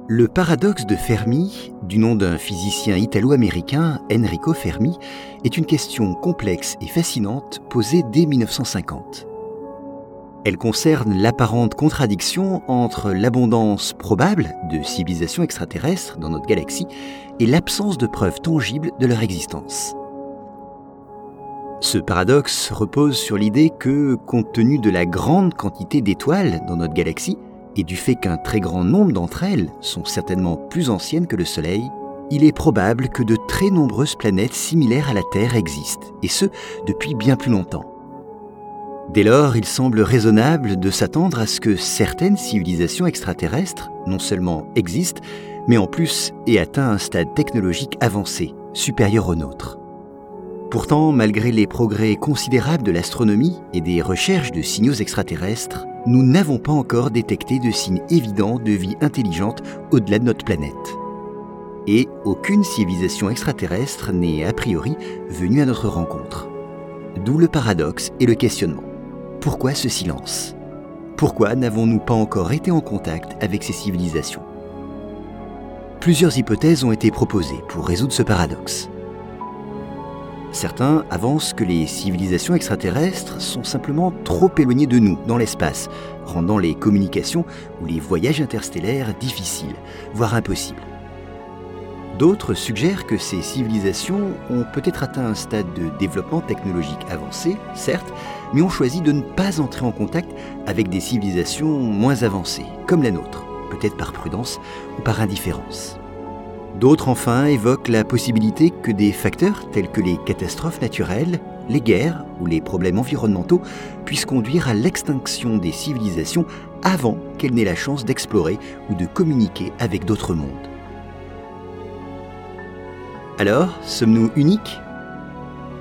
Le paradoxe de Fermi, du nom d'un physicien italo-américain, Enrico Fermi, est une question complexe et fascinante posée dès 1950. Elle concerne l'apparente contradiction entre l'abondance probable de civilisations extraterrestres dans notre galaxie et l'absence de preuves tangibles de leur existence. Ce paradoxe repose sur l'idée que, compte tenu de la grande quantité d'étoiles dans notre galaxie, et du fait qu'un très grand nombre d'entre elles sont certainement plus anciennes que le Soleil, il est probable que de très nombreuses planètes similaires à la Terre existent, et ce, depuis bien plus longtemps. Dès lors, il semble raisonnable de s'attendre à ce que certaines civilisations extraterrestres, non seulement existent, mais en plus aient atteint un stade technologique avancé, supérieur au nôtre. Pourtant, malgré les progrès considérables de l'astronomie et des recherches de signaux extraterrestres, nous n'avons pas encore détecté de signes évidents de vie intelligente au-delà de notre planète. Et aucune civilisation extraterrestre n'est a priori venue à notre rencontre. D'où le paradoxe et le questionnement. Pourquoi ce silence ? Pourquoi n'avons-nous pas encore été en contact avec ces civilisations ? Plusieurs hypothèses ont été proposées pour résoudre ce paradoxe. Certains avancent que les civilisations extraterrestres sont simplement trop éloignées de nous dans l'espace, rendant les communications ou les voyages interstellaires difficiles, voire impossibles. D'autres suggèrent que ces civilisations ont peut-être atteint un stade de développement technologique avancé, certes, mais ont choisi de ne pas entrer en contact avec des civilisations moins avancées, comme la nôtre, peut-être par prudence ou par indifférence. D'autres enfin évoquent la possibilité que des facteurs tels que les catastrophes naturelles, les guerres ou les problèmes environnementaux puissent conduire à l'extinction des civilisations avant qu'elles n'aient la chance d'explorer ou de communiquer avec d'autres mondes. Alors, sommes-nous uniques ou ordinaires ?